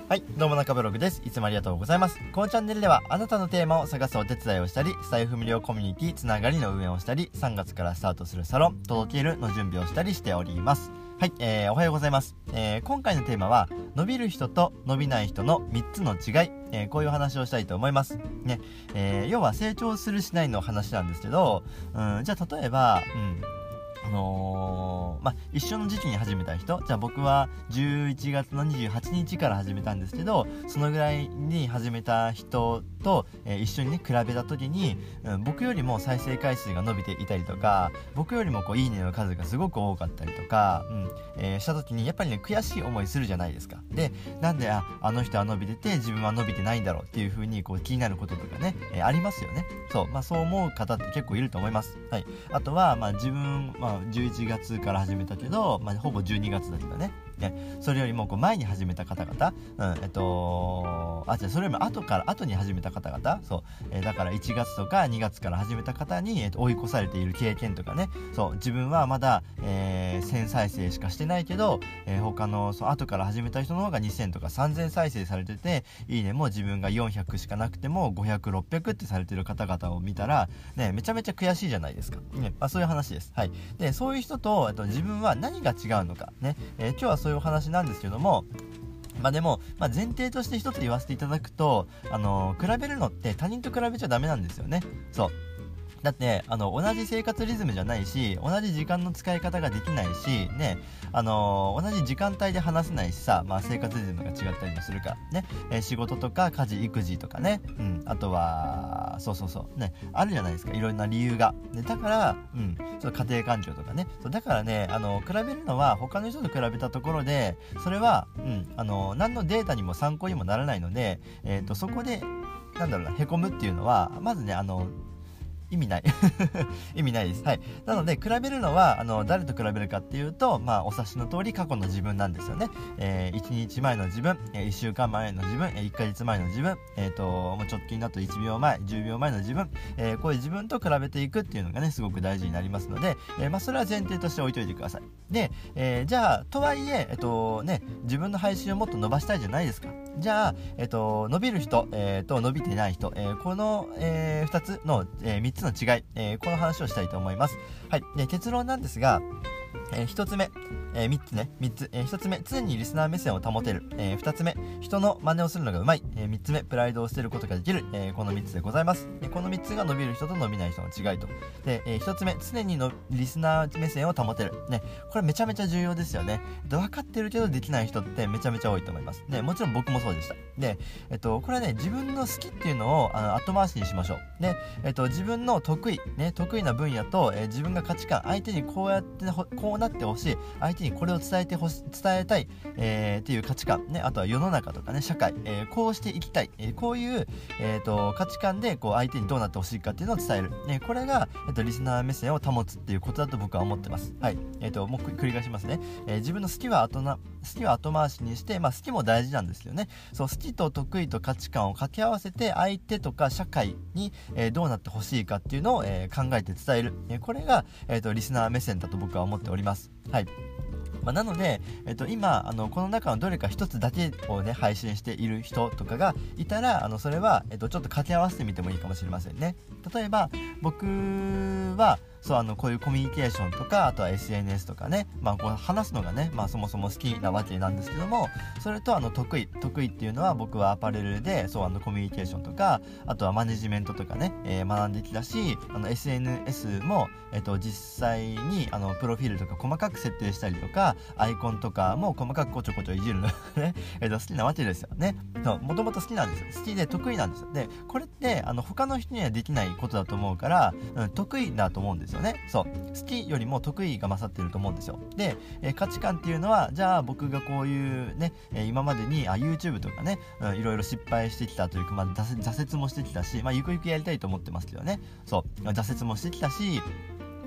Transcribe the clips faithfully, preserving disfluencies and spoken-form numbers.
はい、どうも中ブログです。いつもありがとうございます。このチャンネルではあなたのテーマを探すお手伝いをしたり、スタイフ無料コミュニティつながりの運営をしたり、さんがつからスタートするサロン届けるの準備をしたりしております。はい、えー、おはようございます。えー、今回のテーマは伸びる人と伸びない人のみっつの違い、えー、こういう話をしたいと思いますね。えー、要は成長するしないの話なんですけど、うん、じゃあ例えば、うんあのー、まあ、一緒の時期に始めた人、じゃあ僕はじゅういちがつのにじゅうはちにちから始めたんですけど、そのぐらいに始めた人と、えー、一緒にね比べた時に、うん、僕よりも再生回数が伸びていたりとか、僕よりもこういいねの数がすごく多かったりとか、うんえー、した時にやっぱりね悔しい思いするじゃないですか。で、なんであ、あの人は伸びてて自分は伸びてないんだろうっていう風にこう気になることとかね、えー、ありますよね。そう、まあそう思う方って結構いると思います。はい。あとはまあ自分、まあじゅういちがつから始めたけど、まあ、ほぼじゅうにがつだけどね、ねそれよりもこう前に始めた方々、うん、えっとあ、じゃあそれよりも後から後に始めた方々、そう、えー、だからいちがつとかにがつから始めた方に、えー、と追い越されている経験とかね、そう自分はまだ、えー、せんさいせいしかしてないけど、えー、他のその後から始めた人の方がにせんとかさんぜんさいせいされてて、いいねも自分がよんひゃくしかなくてもごひゃくろっぴゃくってされてる方々を見たらね、めちゃめちゃ悔しいじゃないですか、ねまあ、そういう話です。はい。で、そういう人とと自分は何が違うのかね、えー、今日はそういうお話なんですけども、まあでも、まあ、前提として一つ言わせていただくと、あのー、比べるのって他人と比べちゃダメなんですよね。そうだってあの同じ生活リズムじゃないし、同じ時間の使い方ができないしね、あのー、同じ時間帯で話せないしさ、まあ、生活リズムが違ったりもするからね、えー、仕事とか家事育児とかね、うん、あとはそうそうそうね、あるじゃないですか、いろんな理由が、ね、だから、うん、ちょっと家庭環境とかね、そうだからね、あの比べるのは他の人と比べたところで、それは、うん、あの何のデータにも参考にもならないので、えーと、そこでなんだろうな、へこむっていうのはまずね、あの意味ない意味ないです。はい。なので比べるのはあの誰と比べるかっていうと、まあお察しの通り過去の自分なんですよね。えー、いちにちまえの自分、えー、いっしゅうかんまえの自分、えー、いっかげつまえの自分、えーともう直近だといちびょうまえ、じゅうびょうまえの自分、えー、こういう自分と比べていくっていうのがねすごく大事になりますので、えー、まあそれは前提として置いといてください。で、えー、じゃあとはいええっとね自分の配信をもっと伸ばしたいじゃないですか。じゃあえっと伸びる人、えー、と伸びてない人、えー、この、えー、ふたつの、えー、みっつの違い、えー、この話をしたいと思います。はい。で、結論なんですが、えー、ひとつめ、えー、みっつね、みっつ、えー、ひとつめ、常にリスナー目線を保てる、えー、ふたつめ、人の真似をするのがうまい、えー、みっつめ、プライドを捨てることができる、えー、このみっつでございます。えー、このみっつが伸びる人と伸びない人の違いと。で、えー、ひとつめ、常にのリスナー目線を保てる、ね、これめちゃめちゃ重要ですよね。分かってるけどできない人ってめちゃめちゃ多いと思います。ね、もちろん僕もそうでした。で、えっと、これはね、自分の好きっていうのをあの後回しにしましょう。で、えっと、自分の得意、ね、得意な分野と、えー、自分が価値観、相手にこうやってこうなってほしい、相手にこれを伝えてほし伝えたい、えー、っていう価値観、ね、あとは世の中とかね、社会、えー、こうしていきたい、えー、こういう、えー、と価値観でこう相手にどうなってほしいかっていうのを伝える、ね、これが、えー、とリスナー目線を保つっていうことだと僕は思ってます。はい。えー、ともう繰り返しますね。えー、自分の好きは後な好きは後回しにして、まあ、好きも大事なんですよね。そう、好きと得意と価値観を掛け合わせて相手とか社会に、えー、どうなってほしいかっていうのを、えー、考えて伝える、えー、これが、えー、とリスナー目線だと僕は思っております。はい。まあ、なので、えっと、今あのこの中のどれか一つだけをね配信している人とかがいたら、あのそれは、えっと、ちょっと掛け合わせてみてもいいかもしれませんね。例えば僕はそうあのこういうコミュニケーションとか、あとは エスエヌエス とかね、まあ、こう話すのがね、まあ、そもそも好きなわけなんですけども、それとあの得意得意っていうのは、僕はアパレルでそうあのコミュニケーションとか、あとはマネジメントとかね、えー、学んできたし、あの エスエヌエス も、えっと、実際にあのプロフィールとか細かく設定したりとか、アイコンとかも細かくこちょこちょいじるのねえっと好きなわけですよね。もともと好きなんですよ。好きで得意なんですよ。でこれってあの他の人にはできないことだと思うから、うん、得意だと思うんですよね。そう好きよりも得意が勝ってると思うんですよ。で、えー、価値観っていうのは、じゃあ僕がこういうね、えー、今までにあ YouTube とかね、うん、いろいろ失敗してきたというか、まあ、挫折もしてきたし、まあ、ゆくゆくやりたいと思ってますけどね。そう挫折もしてきたし、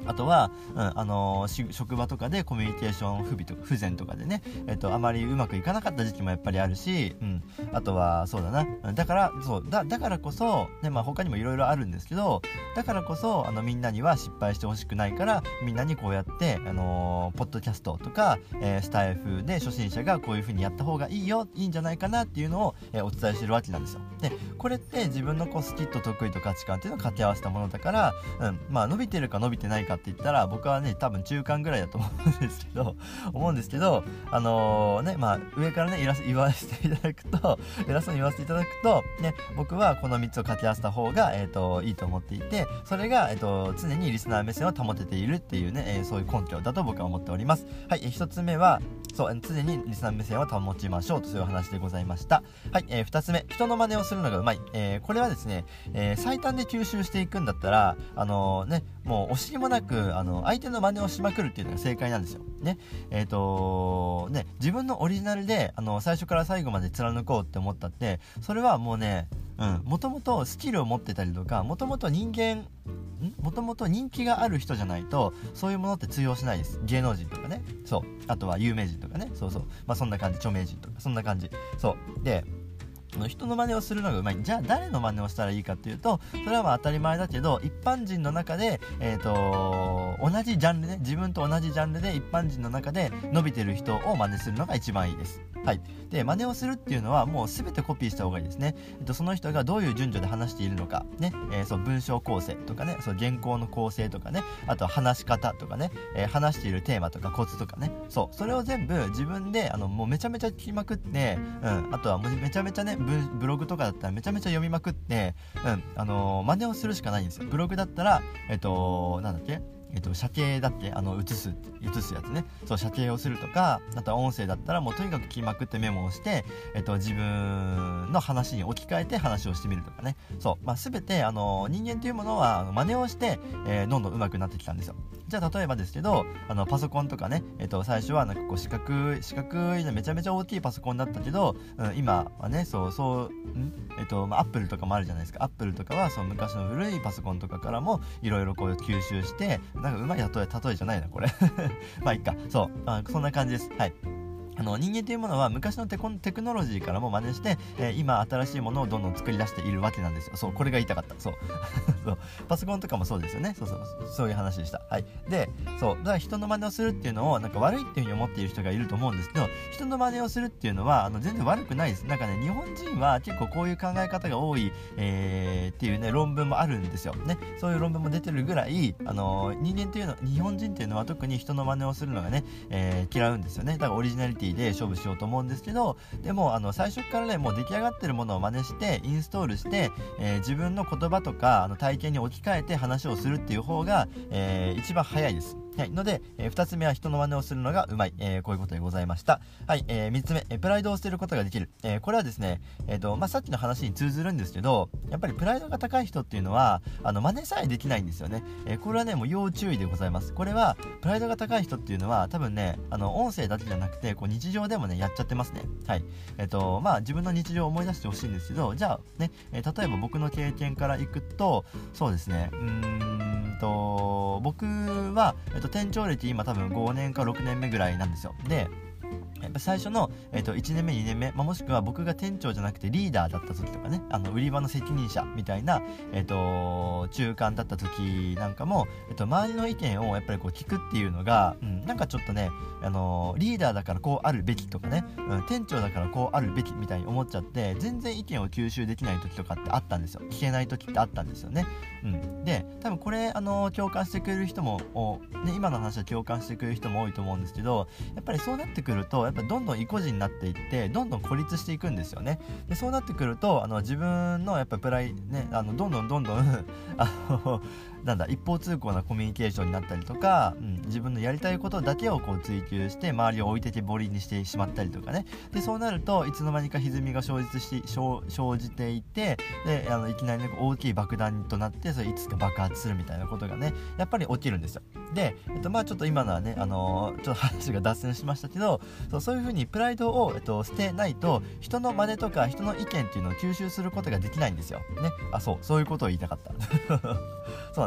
あとは、うんあのー、職場とかでコミュニケーション不備とか不全とかでね、えっと、あまりうまくいかなかった時期もやっぱりあるし、うん、あとはそうだなだからそうだだからこそ、ねまあ、他にもいろいろあるんですけど、だからこそあのみんなには失敗してほしくないから、みんなにこうやって、あのー、ポッドキャストとか、えー、スタイフで初心者がこういう風にやった方がいいよいいんじゃないかなっていうのを、えー、お伝えしてるわけなんですよ。でこれって自分のこう好きと得意と価値観っていうのを掛け合わせたものだから、うんまあ、伸びてるか伸びてないかって言ったら僕はね多分中間ぐらいだと思うんですけど思うんですけどあのー、ねまあ上からね言わせていただくと偉そうに言わせていただくとね僕はこのみっつを掛け合わせた方が、えー、といいと思っていて、それが、えー、と常にリスナー目線を保てているっていうね、えー、そういう根拠だと僕は思っております。はい、えー、ひとつめはそう常にリスナー目線を保ちましょうとそういう話でございました。はい、えー、ふたつめ人の真似をするのがうまい、えー、これはですね、えー、最短で吸収していくんだったらあのー、ねもう惜しげもなくあの相手の真似をしまくるっていうのが正解なんですよね。えっ、ー、とね自分のオリジナルであの最初から最後まで貫こうって思ったってそれはもうねもともとスキルを持ってたりとかもともと人間もともと人気がある人じゃないとそういうものって通用しないです。芸能人とかねそうあとは有名人とかねそうそうまあそんな感じ著名人とかそんな感じそうで人の真似をするのがうまい。じゃあ誰の真似をしたらいいかっていうとそれはまあ当たり前だけど一般人の中で、えーと同じジャンルね自分と同じジャンルで一般人の中で伸びてる人を真似するのが一番いいです。はい、で真似をするっていうのはもう全てコピーした方がいいですね。えっと、その人がどういう順序で話しているのか、ねえー、そう文章構成とかねそう原稿の構成とかねあとは話し方とかね、えー、話しているテーマとかコツとかねそうそれを全部自分であのもうめちゃめちゃ聞きまくって、うん、あとはめちゃめちゃねブログとかだったらめちゃめちゃ読みまくって、うんあのー、真似をするしかないんですよ。ブログだったらえっとなんだっけえっと、写経だっけあの写す写すやつねそう写経をするとかあとは音声だったらもうとにかく聞きまくってメモをして、えっと、自分の話に置き換えて話をしてみるとかねそう、まあ、全てあの人間というものは真似をして、えー、どんどん上手くなってきたんですよ。じゃあ例えばですけどあのパソコンとかね、えっと、最初はなんかこう四角い四角いめちゃめちゃ大きいパソコンだったけど、うん、今はねそうそうんえっとまあアップルとかもあるじゃないですか。アップルとかはそう昔の古いパソコンとかからもいろいろこう吸収してなんかうまい例え例えじゃないなこれまあいいかそうあそんな感じです。はいあの人間というものは昔のテコテクノロジーからも真似して、えー、今新しいものをどんどん作り出しているわけなんですよ。そうこれが言いたかったそうそうパソコンとかもそうですよね。そうそうそういう話でした。はいでそうだから人の真似をするっていうのをなんか悪いっていうふうに思っている人がいると思うんですけど人の真似をするっていうのはあの全然悪くないです。なんかね日本人は結構こういう考え方が多い、えー、っていうね論文もあるんですよね。そういう論文も出てるぐらいあの人間っていうの日本人っていうのは特に人の真似をするのがね、えー、嫌うんですよね。だからオリジナリティで勝負しようと思うんですけどでもあの最初からねもう出来上がってるものを真似してインストールして、えー、自分の言葉とかあの体験に置き換えて話をするっていう方が、えー、一番早いです。はい、ので、えー、ふたつめは人の真似をするのがうまい、えー、こういうことでございました。はい、えー、みっつめ、えー、プライドを捨てることができる、えー、これはですね、えーとまあ、さっきの話に通ずるんですけどやっぱりプライドが高い人っていうのはあの真似さえできないんですよね。えー、これはねもう要注意でございます。これはプライドが高い人っていうのは多分ねあの音声だけじゃなくてこう日常でもねやっちゃってますね。はいえっ、ー、とまあ自分の日常を思い出してほしいんですけどじゃあね、えー、例えば僕の経験からいくとそうですねうーんと僕は、えっと、店長歴今多分ごねんかろくねんめぐらいなんですよ。でやっぱ最初の、えー、といちねんめにねんめ、まあ、もしくは僕が店長じゃなくてリーダーだった時とかねあの売り場の責任者みたいな、えー、と中間だった時なんかも、えー、と周りの意見をやっぱりこう聞くっていうのが、うん、なんかちょっとね、あのー、リーダーだからこうあるべきとかね、うん、店長だからこうあるべきみたいに思っちゃって全然意見を吸収できない時とかってあったんですよ。聞けない時ってあったんですよね。うん、で多分これ、あのー、共感してくれる人も、ね、今の話は共感してくれる人も多いと思うんですけどやっぱりそうなってくるとやっぱどんどん意固地になっていってどんどん孤立していくんですよね。でそうなってくるとあの自分のやっぱプライねあのどんどんどんどんあのなんだ一方通行なコミュニケーションになったりとか、うん、自分のやりたいことだけをこう追求して周りを置いてけぼりにしてしまったりとかね。でそうなるといつの間にか歪みが生じし生生じていてであのいきなり、ね、大きい爆弾となってそれいつか爆発するみたいなことがねやっぱり起きるんですよ。で、えっと、まあちょっと今のはね、あのー、ちょっと話が脱線しましたけどそう、そういう風にプライドを、えっと、捨てないと人の真似とか人の意見っていうのを吸収することができないんですよ、ね、あそうそういうことを言いたかったそうなんです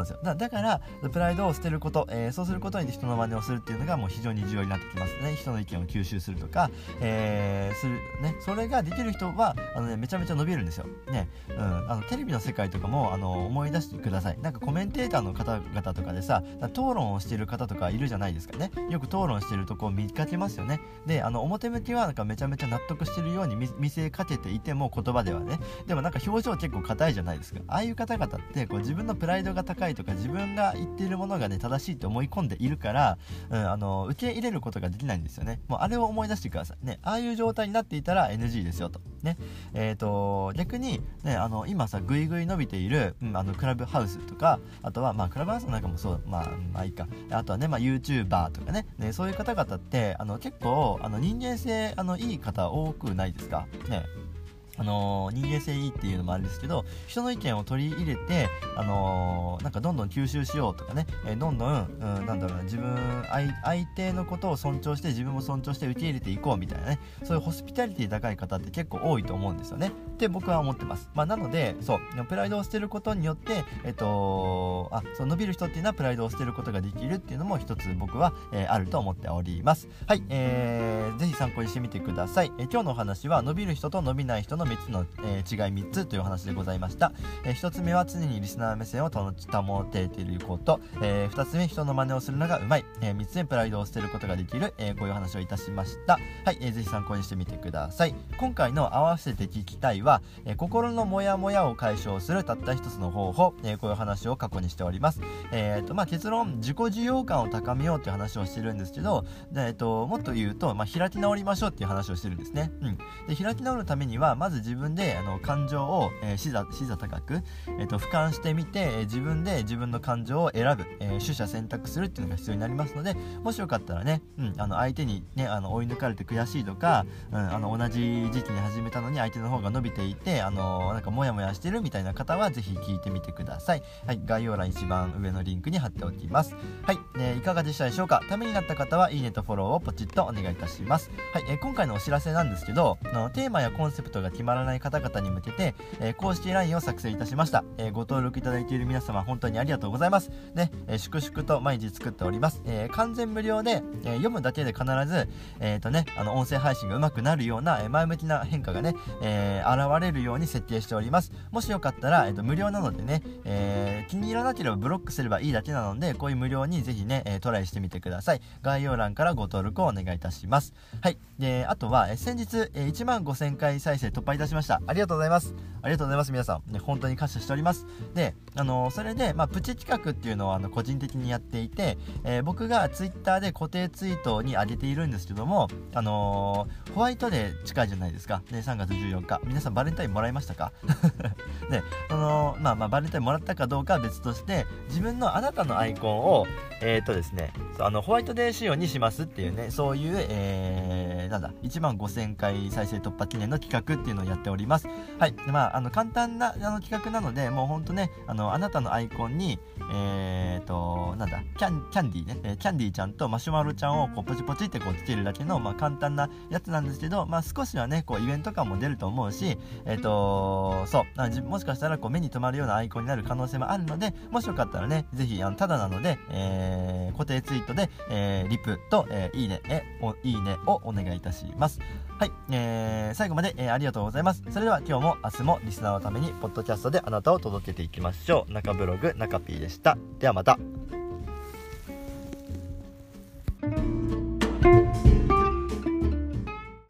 ですよ。 だ, だからプライドを捨てること、えー、そうすることに人の真似をするっていうのがもう非常に重要になってきますね。人の意見を吸収するとか、えー、するね、それができる人はあの、ね、めちゃめちゃ伸びるんですよ、ねうん、あのテレビの世界とかもあの思い出してください。なんかコメンテーターの方々とかでさ、討論をしている方とかいるじゃないですかね。よく討論しているとこを見かけますよね。で、あの表向きはなんかめちゃめちゃ納得してるように 見, 見せかけていても、言葉ではね、でもなんか表情結構硬いじゃないですか。ああいう方々ってこう自分のプライドが高いとか、自分が言っているものがね正しいと思い込んでいるから、うん、あの受け入れることができないんですよね。もうあれを思い出してくださいね。ああいう状態になっていたら エヌジー ですよとね。えーと逆にね、あの今さぐいぐい伸びている、うん、あのクラブハウスとか、あとはまあクラブハウスなんかもそう、まあまあいいか、あとはね、まあ YouTuber とか ね, ねそういう方々ってあの結構あの人間性あのいい方多くないですかね。あのー、人間性いいっていうのもあるんですけど、人の意見を取り入れて、あのー、なんかどんどん吸収しようとかね、えー、どんどん、うん、なんだろうな、自分相、相手のことを尊重して自分も尊重して受け入れていこうみたいなね、そういうホスピタリティ高い方って結構多いと思うんですよねって僕は思ってます。まあ、なのでそうプライドを捨てることによって、えっとあそう伸びる人っていうのはプライドを捨てることができるっていうのも一つ僕は、えー、あると思っております。はい、えー、ぜひ参考にしてみてください。えー、今日のお話は伸びる人と伸びない人のみっつの、えー、違いみっつというお話でございました。えー、ひとつめは常にリスナー目線を保てていること、えー、ふたつめ人の真似をするのがうまい、えー、みっつめプライドを捨てることができる、えー、こういう話をいたしました。はい、えー、ぜひ参考にしてみてください。今回の合わせて聞きたいは、えー、心のモヤモヤを解消するたった一つの方法、えー、こういう話を過去にしております。えーとまあ、結論、自己需要感を高めようという話をしてるんですけど、で、えー、ともっと言うと、まあ、開き直りましょうっていう話をしてるんですね。うん、で開き直るためにはまず自分であの感情を、えー、視座、視座高く、えー、と俯瞰してみて、えー、自分で自分の感情を選ぶ、えー、取捨選択するっていうのが必要になりますので、もしよかったらね、うん、あの相手に、ね、あの追い抜かれて悔しいとか、うん、あの同じ時期に始めたのに相手の方が伸びていて、あのー、なんかモヤモヤしてるみたいな方はぜひ聞いてみてください。はい、概要欄一番上のリンクに貼っておきます。はい、えー、いかがでしたでしょうか。ためになった方はいいねとフォローをポチッとお願いいたします。はい、えー、今回のお知らせなんですけど、あのテーマやコンセプトが決まらない方々に向けて、えー、公式 ライン を作成いたしました。えー、ご登録いただいている皆様本当にありがとうございますね。えー、粛々と毎日作っております。えー、完全無料で、えー、読むだけで必ずえっとねあの音声配信が上手くなるような、えー、前向きな変化がね、えー、現れるように設計しております。もしよかったら、えー、と無料なのでね、えー、気に入らなければブロックすればいいだけなので、こういう無料にぜひね、えー、トライしてみてください。概要欄からご登録をお願いいたします。はい、であとは、えー、先日、えー、いちまんごせんかい再生突破いたしました。ありがとうございます。ありがとうございます。皆さん、ね、本当に感謝しております。で、あのー、それで、まあ、プチ企画っていうのをあの個人的にやっていて、えー、僕がツイッターで固定ツイートに上げているんですけども、あのー、ホワイトデー近いじゃないですか、ね、さんがつじゅうよっか、皆さんバレンタインもらいましたかね、そのまあまあバレンタインもらったかどうかは別として、自分のあなたのアイコンをえーとですねあのホワイトデー仕様にしますっていうね、そういう、えー、なんだいちまんごせんかい再生突破記念の企画っていうのをやっております。はい、まああの簡単なあの企画なので、もうほんとね、あのあなたのアイコンにえーとなんだキャン、キャンディーね、えー、キャンディーちゃんとマシュマロちゃんをこうポチポチってこうつけるだけの、まあ、簡単なやつなんですけど、まあ少しはねこうイベント感も出ると思うし、えーとそうもしかしたらこう目に留まるようなアイコンになる可能性もあるので、もしよかったらね、ぜひあのただなので、えー、固定ツイートで、えー、リプと、えー、いいねえおいいねをお願いいたします。はい、えー、最後まで、えー、ありがとうございます。それでは今日も明日もリスナーのためにポッドキャストであなたを届けていきましょう。中ブログ中 P でした。ではまた。